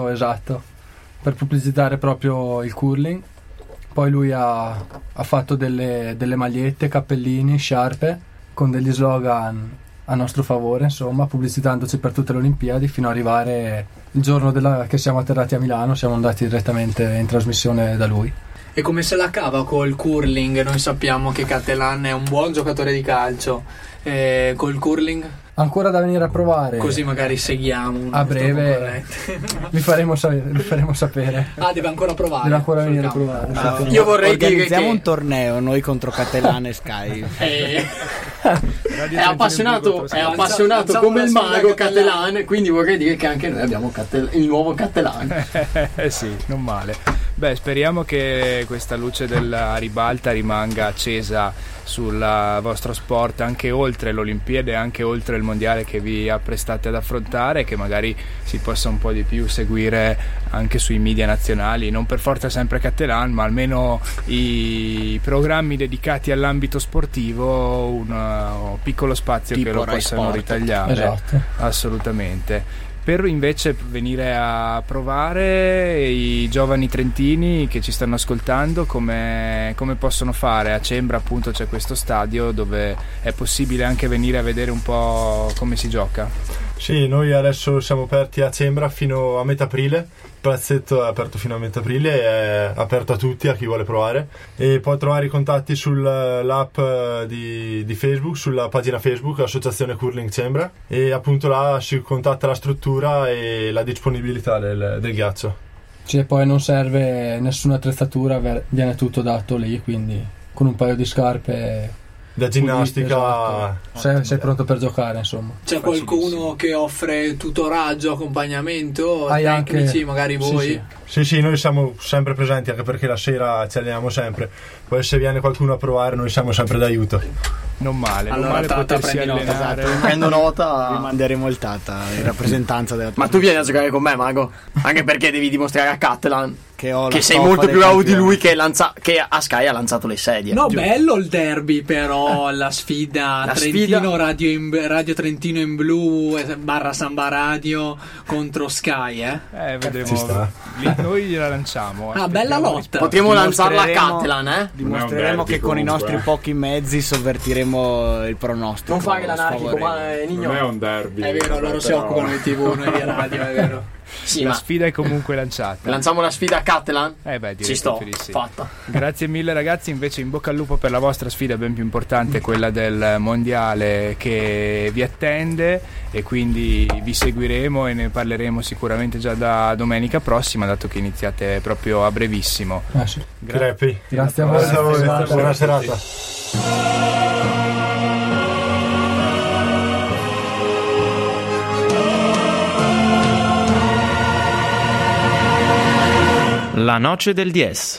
[SPEAKER 6] per pubblicizzare proprio il curling. Poi lui ha fatto delle magliette, cappellini, sciarpe con degli slogan a nostro favore, insomma, pubblicizzandoci per tutte le Olimpiadi, fino ad arrivare il giorno che siamo atterrati a Milano. Siamo andati direttamente in trasmissione da lui.
[SPEAKER 2] E come se la cava col curling? Noi sappiamo che Cattelan è un buon giocatore di calcio. Col curling?
[SPEAKER 6] Ancora da venire a provare.
[SPEAKER 2] Così magari seguiamo
[SPEAKER 6] a breve. Vi faremo sapere.
[SPEAKER 2] Deve ancora provare.
[SPEAKER 6] Deve ancora venire a provare.
[SPEAKER 4] Io vorrei
[SPEAKER 3] organizziamo
[SPEAKER 4] dire
[SPEAKER 3] un torneo noi contro Cattelan e Sky.
[SPEAKER 4] È appassionato come il mago Cattelan, quindi vorrei dire che anche noi abbiamo il nuovo Cattelan.
[SPEAKER 8] Sì, non male. Speriamo che questa luce della ribalta rimanga accesa sul vostro sport anche oltre l'Olimpiade, anche oltre il mondiale che vi apprestate ad affrontare, che magari si possa un po' di più seguire anche sui media nazionali, non per forza sempre Cattelan, ma almeno i programmi dedicati all'ambito sportivo un piccolo spazio tipo che lo possano ritagliare.
[SPEAKER 6] Esatto.
[SPEAKER 8] Assolutamente. Per invece venire a provare i giovani trentini che ci stanno ascoltando, come possono fare? A Cembra appunto c'è questo stadio dove è possibile anche venire a vedere un po' come si gioca.
[SPEAKER 7] Sì, noi adesso siamo aperti a Cembra fino a metà aprile. Il palazzetto è aperto fino a metà aprile, è aperto a tutti, a chi vuole provare, e può trovare i contatti sull'app di Facebook, sulla pagina Facebook Associazione Curling Cembra, e appunto là si contatta la struttura e la disponibilità del ghiaccio.
[SPEAKER 6] Sì, poi non serve nessuna attrezzatura, viene tutto dato lì, quindi con un paio di scarpe
[SPEAKER 7] da ginnastica,
[SPEAKER 6] esatto. Sei pronto per giocare, insomma.
[SPEAKER 2] C'è qualcuno che offre tutoraggio, accompagnamento,
[SPEAKER 6] tecnici,
[SPEAKER 2] anche magari voi?
[SPEAKER 7] Sì, noi siamo sempre presenti, anche perché la sera ci alleniamo sempre. Poi se viene qualcuno a provare noi siamo sempre d'aiuto.
[SPEAKER 8] Non male,
[SPEAKER 2] allora,
[SPEAKER 8] non male potersi allenare.
[SPEAKER 3] Esatto.
[SPEAKER 4] Prendo nota.
[SPEAKER 3] Vi manderemo il Tata in rappresentanza della
[SPEAKER 4] Ma tu vieni a giocare con me, Mago? Anche perché devi dimostrare a Cattelan
[SPEAKER 3] che
[SPEAKER 4] sei molto più bravo di lui, che a Sky ha lanciato le sedie.
[SPEAKER 2] No, bello il derby, però la sfida Trentino Radio Trentino in blu / Samba Radio contro Sky,
[SPEAKER 8] vedremo. Noi gliela lanciamo.
[SPEAKER 2] Bella lotta.
[SPEAKER 4] Potremmo lanciarla a Cattelan,
[SPEAKER 3] Dimostreremo che con i nostri pochi mezzi sovvertiremo il pronostico.
[SPEAKER 4] Non fare l'anarchico, ma
[SPEAKER 9] non è un derby.
[SPEAKER 2] È vero, loro si occupano di TV, noi di radio, è vero.
[SPEAKER 4] Sì,
[SPEAKER 8] la sfida è comunque lanciata.
[SPEAKER 4] Lanciamo la sfida a Cattelan?
[SPEAKER 8] Ci sto,
[SPEAKER 4] fatta.
[SPEAKER 8] Grazie mille ragazzi, invece in bocca al lupo per la vostra sfida ben più importante, quella del mondiale che vi attende, e quindi vi seguiremo e ne parleremo sicuramente già da domenica prossima, dato che iniziate proprio a brevissimo.
[SPEAKER 6] Sì.
[SPEAKER 7] Grazie a voi. Buona serata.
[SPEAKER 1] La noce del 10.